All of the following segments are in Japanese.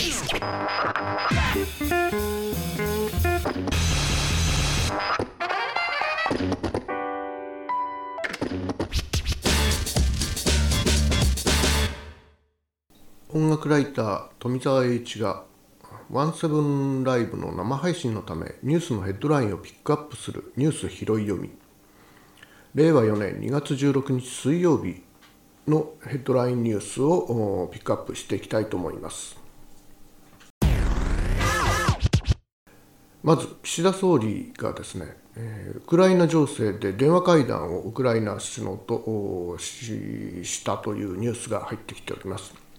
音楽ライター富澤栄一がワンセブンライブの生配信のためニュースのヘッドラインをピックアップするニュース拾い読み。令和4年2月16日水曜日のヘッドラインニュースをピックアップしていきたいと思います。まず岸田総理がですね、ウクライナ情勢で電話会談をウクライナ首脳としたというニュースが入ってきております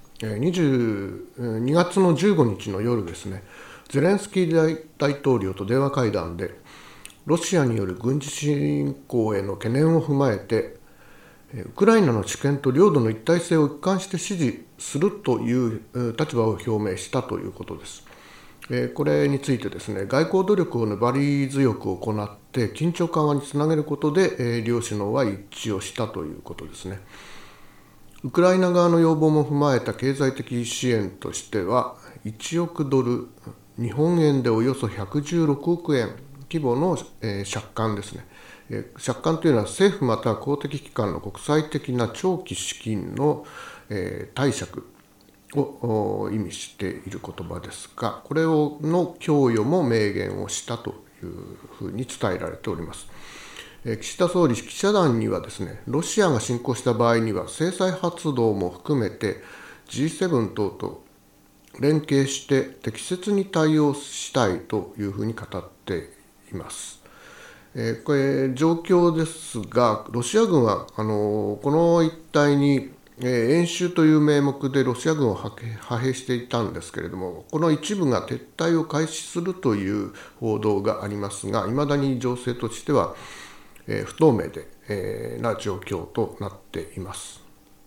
。2月の15日の夜ですね、ゼレンスキー大統領と電話会談で、ロシアによる軍事侵攻への懸念を踏まえて、ウクライナの主権と領土の一体性を一貫して支持するという立場を表明したということです。これについてですね、外交努力を粘り強く行って緊張緩和につなげることで、両首脳は一致をしたということですね。ウクライナ側の要望も踏まえた経済的支援としては、1億ドル、日本円でおよそ116億円規模の借款ですね。借款というのは政府または公的機関の国際的な長期資金の貸借を意味している言葉ですが、これの供与も明言をしたというふうに伝えられております。岸田総理記者団にはですね、ロシアが侵攻した場合には制裁発動も含めて G7 等と連携して適切に対応したいというふうに語っています。これ状況ですが、ロシア軍はこの一帯に演習という名目でロシア軍を派兵していたんですけれども、この一部が撤退を開始するという報道がありますが、いまだに情勢としては不透明な状況となっています。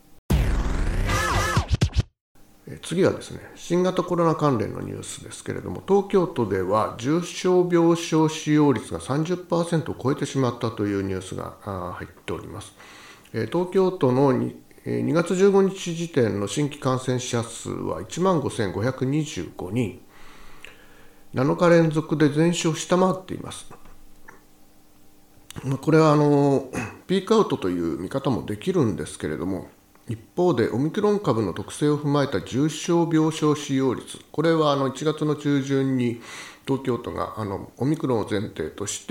次はですね、新型コロナ関連のニュースですけれども、東京都では重症病床使用率が 30% を超えてしまったというニュースが入っております。東京都の2月15日時点の新規感染者数は 15,525 人、7日連続で前週を下回っています。これはピークアウトという見方もできるんですけれども、一方でオミクロン株の特性を踏まえた重症病床使用率、これは1月の中旬に東京都がオミクロンを前提として、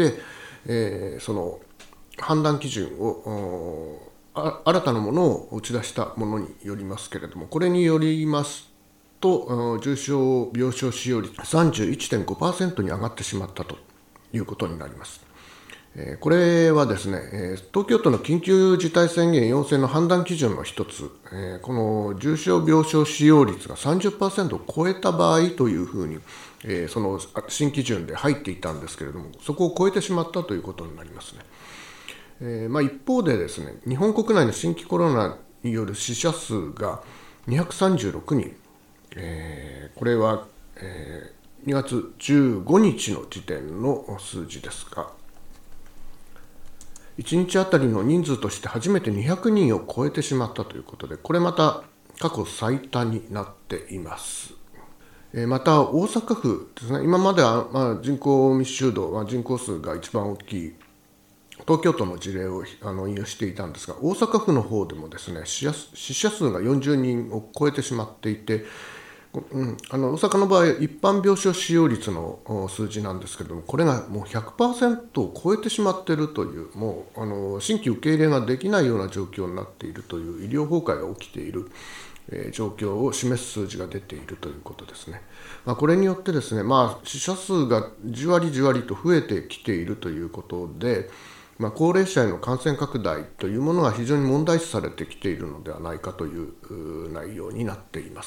その判断基準を新たなものを打ち出したものによりますけれども、これによりますと重症病床使用率 31.5% に上がってしまったということになります。これはですね、東京都の緊急事態宣言要請の判断基準の一つ、この重症病床使用率が 30% を超えた場合というふうに、その新基準で入っていたんですけれども、そこを超えてしまったということになりますね。一方でですね、日本国内の新規コロナによる死者数が236人、これは、2月15日の時点の数字ですが、1日あたりの人数として初めて200人を超えてしまったということで、これまた過去最多になっています。また大阪府ですね、今までは人口密集度、人口数が一番大きい東京都の事例を引用していたんですが、大阪府の方でもですね、死者数が40人を超えてしまっていて、大阪の場合、一般病床使用率の数字なんですけれども、これがもう 100% を超えてしまっているという、もう新規受け入れができないような状況になっているという、医療崩壊が起きている状況を示す数字が出ているということですね。これによってですね、死者数がじわりじわりと増えてきているということで、高齢者への感染拡大というものが非常に問題視されてきているのではないかという内容になっています。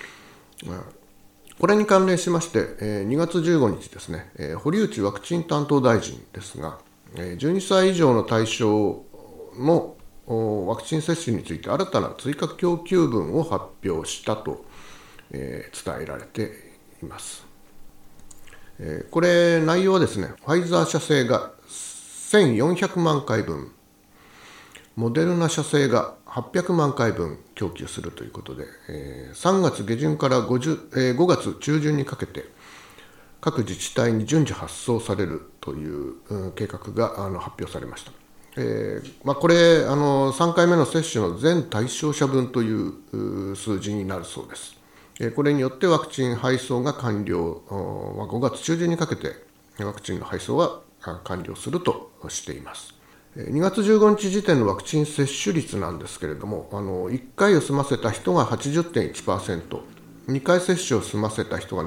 これに関連しまして、2月15日ですね、堀内ワクチン担当大臣ですが、12歳以上の対象のワクチン接種について新たな追加供給分を発表したと、伝えられています。これ内容はですね、ファイザー社製が1400万回分、モデルナ社製が 800万回分供給するということで、3月下旬から5月中旬にかけて各自治体に順次発送されるという計画が発表されました。これ3回目の接種の全対象者分という数字になるそうです。これによってワクチン配送が完了、5月中旬にかけてワクチンの配送が完了するとしています。2月15日時点のワクチン接種率なんですけれども、1回を済ませた人が 80.1%、2回接種を済ませた人が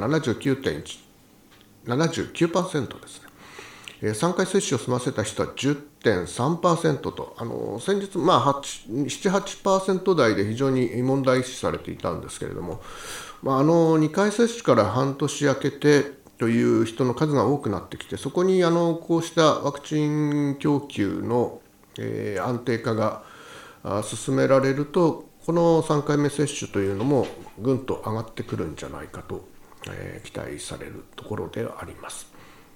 79% ですね。3回接種を済ませた人は 10.3% と、先日、7、8% 台で非常に問題視されていたんですけれども、2回接種から半年明けてという人の数が多くなってきて、そこにこうしたワクチン供給の、安定化が進められると、この3回目接種というのもぐんと上がってくるんじゃないかと、期待されるところではあります。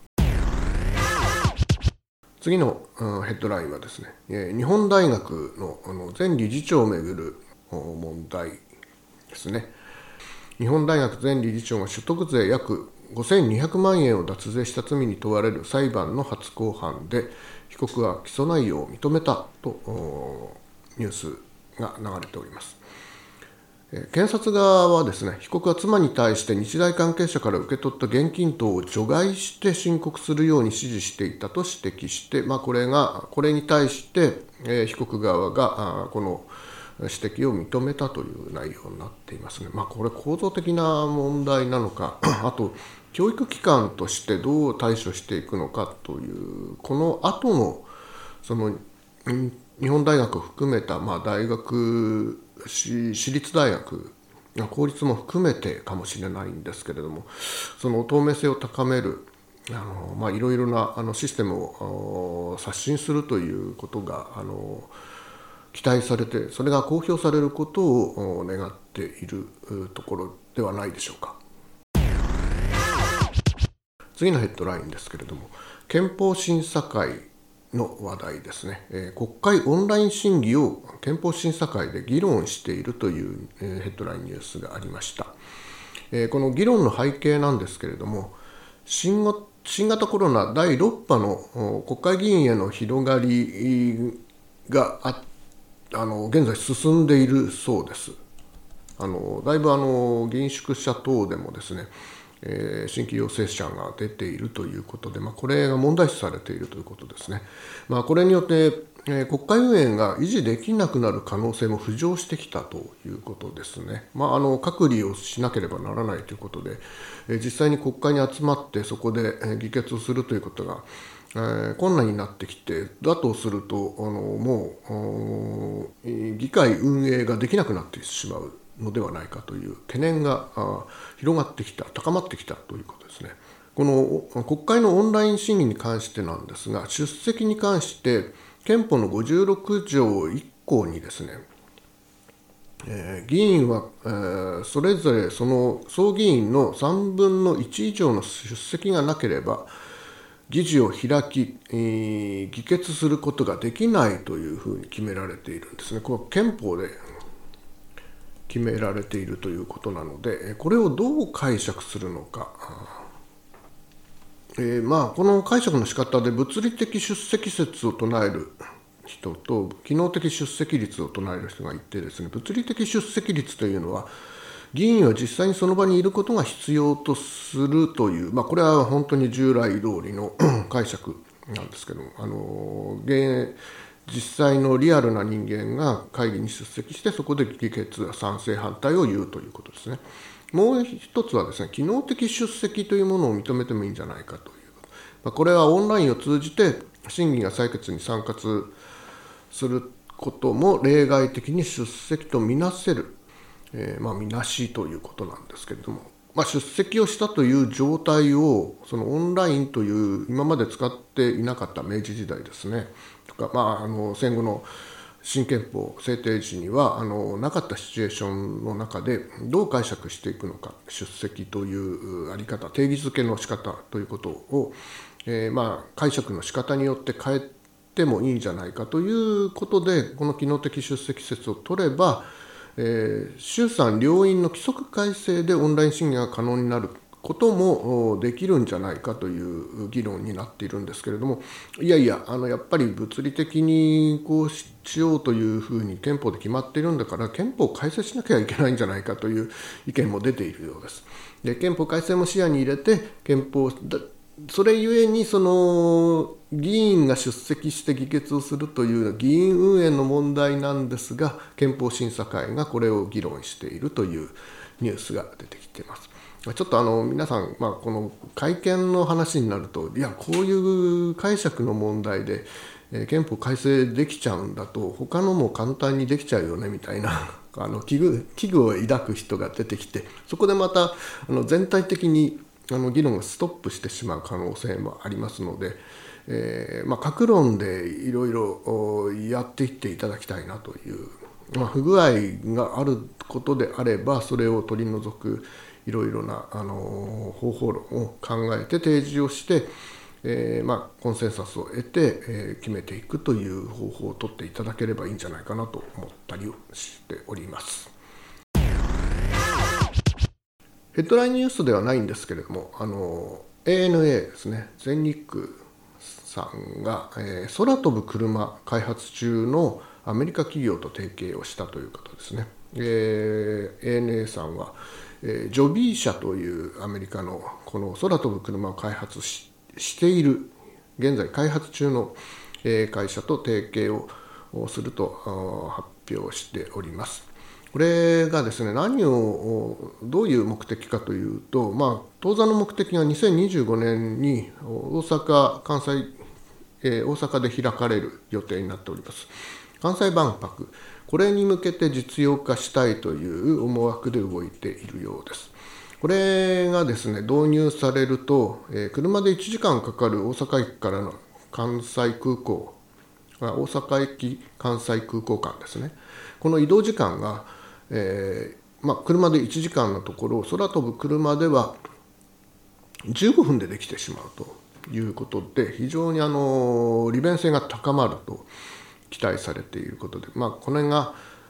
次のヘッドラインはですね、日本大学の前理事長をめぐる問題ですね。日本大学前理事長が所得税約5200万円を脱税した罪に問われる裁判の初公判で、被告は起訴内容を認めたとニュースが流れております。検察側はですね、被告は妻に対して日大関係者から受け取った現金等を除外して申告するように指示していたと指摘して、これに対して、被告側がこの指摘を認めたという内容になっていますね。これ構造的な問題なのか、あと教育機関としてどう対処していくのかという、この後のその日本大学を含めた大学、私立大学、公立も含めてかもしれないんですけれども、その透明性を高めるいろいろなシステムを刷新するということが期待されて、それが公表されることを願っているところではないでしょうか。次のヘッドラインですけれども、憲法審査会の話題ですね。国会オンライン審議を憲法審査会で議論しているというヘッドラインニュースがありました。この議論の背景なんですけれども、新型コロナ第6波の国会議員への広がりが現在進んでいるそうです。だいぶ議員宿舎等でもですね、新規陽性者が出ているということで、これが問題視されているということですね。これによって、国会運営が維持できなくなる可能性も浮上してきたということですね。隔離をしなければならないということで、実際に国会に集まってそこで議決をするということが困難になってきて、だとするともう議会運営ができなくなってしまうのではないかという懸念が広がってきた、高まってきたということですね。この国会のオンライン審議に関してなんですが、出席に関して憲法の56条1項にですね、議員は、それぞれその総議員の3分の1以上の出席がなければ議事を開き、議決することができないというふうに決められているんですね。これ憲法で決められているということなので、これをどう解釈するのか。この解釈の仕方で物理的出席説を唱える人と機能的出席率を唱える人がいてですね、物理的出席率というのは議員は実際にその場にいることが必要とするという、これは本当に従来通りの解釈なんですけども、実際のリアルな人間が会議に出席して、そこで議決、賛成、反対を言うということですね。もう一つはですね、機能的出席というものを認めてもいいんじゃないかという、これはオンラインを通じて審議が採決に参加することも例外的に出席とみなせる、みなしということなんですけれども、出席をしたという状態をそのオンラインという今まで使っていなかった明治時代ですねとか、戦後の新憲法制定時にはなかったシチュエーションの中でどう解釈していくのか、出席というあり方、定義づけの仕方ということを、解釈の仕方によって変えってもいいんじゃないかということで、この機能的出席説を取れば、衆参両院の規則改正でオンライン審議が可能になることもできるんじゃないかという議論になっているんですけれども、やっぱり物理的にこうしようというふうに憲法で決まっているんだから、憲法を改正しなきゃいけないんじゃないかという意見も出ているようです。で、憲法改正も視野に入れて、それゆえにその議員が出席して議決をするという議員運営の問題なんですが、憲法審査会がこれを議論しているというニュースが出てきています。ちょっと皆さん、この改憲の話になると、こういう解釈の問題で、憲法改正できちゃうんだと、他のも簡単にできちゃうよねみたいな危惧を抱く人が出てきて、そこでまた全体的に議論がストップしてしまう可能性もありますので、各論でいろいろやっていっていただきたいなという、不具合があることであれば、それを取り除くいろいろな方法論を考えて提示をして、コンセンサスを得て、決めていくという方法を取っていただければいいんじゃないかなと思ったりをしております。ヘッドラインニュースではないんですけれども、ANA ですね、全日空さんが、空飛ぶ車開発中のアメリカ企業と提携をしたということですね。ANA さんは、ジョビー社というアメリカのこの空飛ぶ車を開発している、現在開発中の会社と提携をすると発表しております。これがですね、どういう目的かというと、当座の目的が2025年に大阪で開かれる予定になっております。関西万博、これに向けて実用化したいという思惑で動いているようです。これがですね、導入されると、車で1時間かかる大阪駅からの関西空港、大阪駅関西空港間ですね、この移動時間が車で1時間のところ、空飛ぶ車では15分でできてしまうということで、非常に利便性が高まると期待されていることで、これが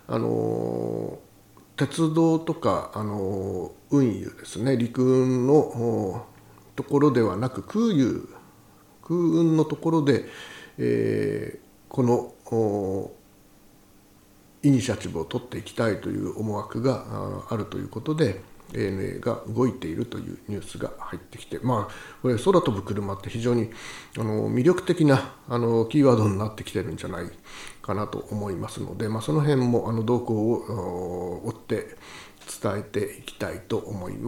鉄道とか運輸ですね、陸運のところではなく空運のところで、このイニシアチブを取っていきたいという思惑があるということで、ANA が動いているというニュースが入ってきて、これ空飛ぶ車って非常に魅力的なキーワードになってきてるんじゃないかなと思いますので、その辺も動向を追って伝えていきたいと思います。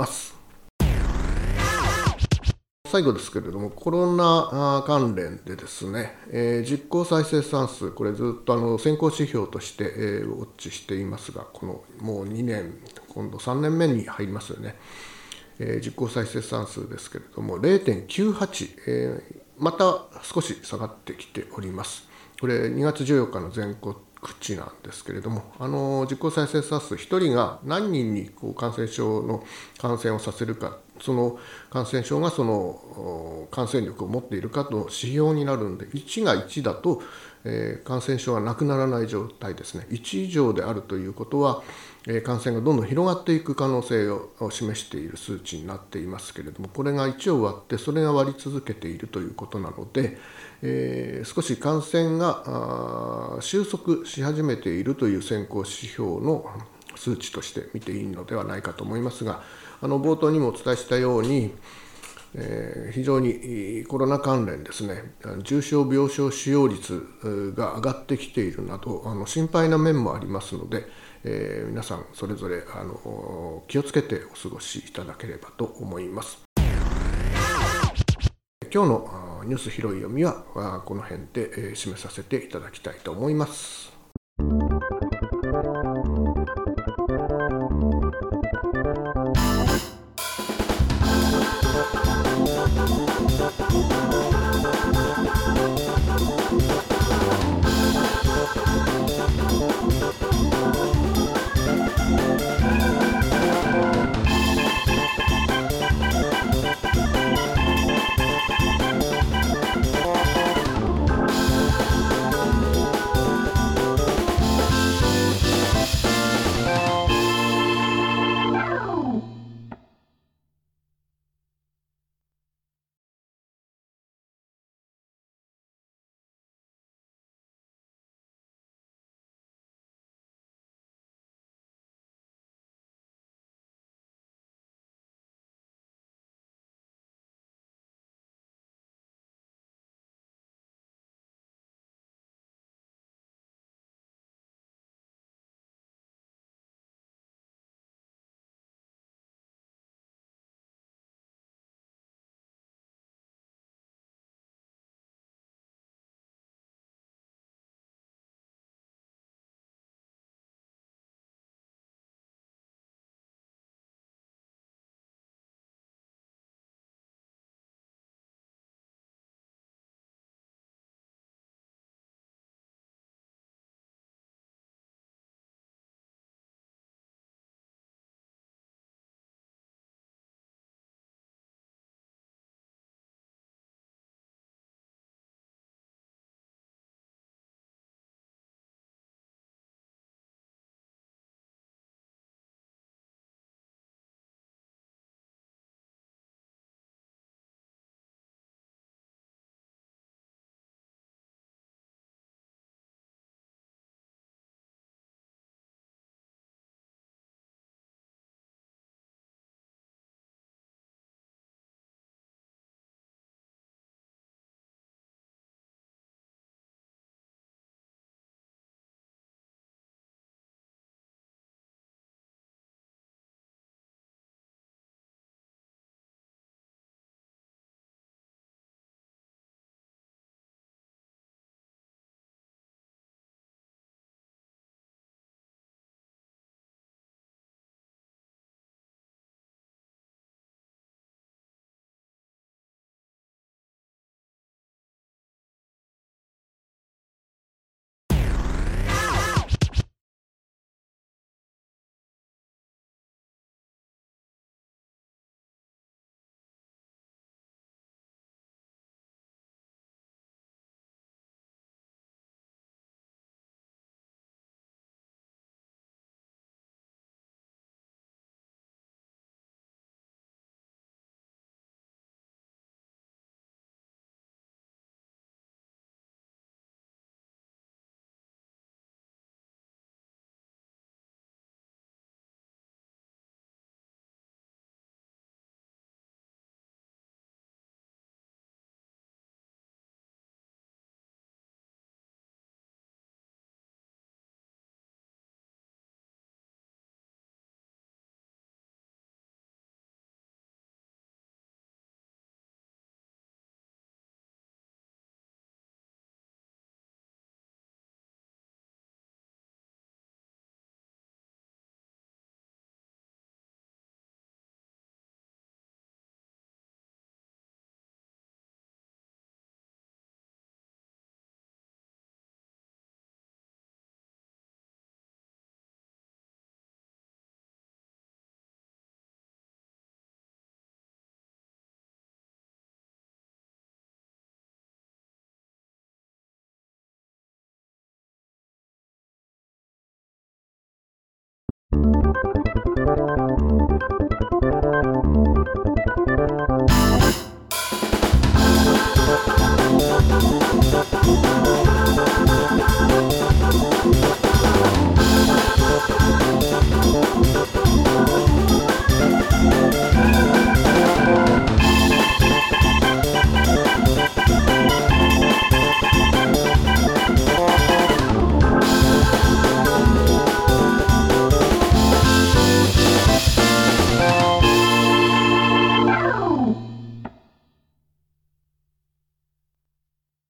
最後ですけれども、コロナ関連でですね、実効再生産数、これずっと先行指標として、ウォッチしていますが、このもう2年、今度3年目に入りますよね。実効再生産数ですけれども、0.98、また少し下がってきております。これ2月14日の全国値なんですけれども、実効再生産数1人が何人に感染症の感染をさせるか、その感染症がその感染力を持っているかの指標になるので、1が1だと、感染症がなくならない状態ですね。1以上であるということは、感染がどんどん広がっていく可能性を示している数値になっていますけれども、これが1を割ってそれが割り続けているということなので、少し感染が収束し始めているという先行指標の数値として見ていいのではないかと思いますが、冒頭にもお伝えしたように、非常にコロナ関連ですね、重症病床使用率が上がってきているなど、心配な面もありますので、皆さんそれぞれ気をつけてお過ごしいただければと思います。今日のニュース拾い読みはこの辺で締めさせていただきたいと思います。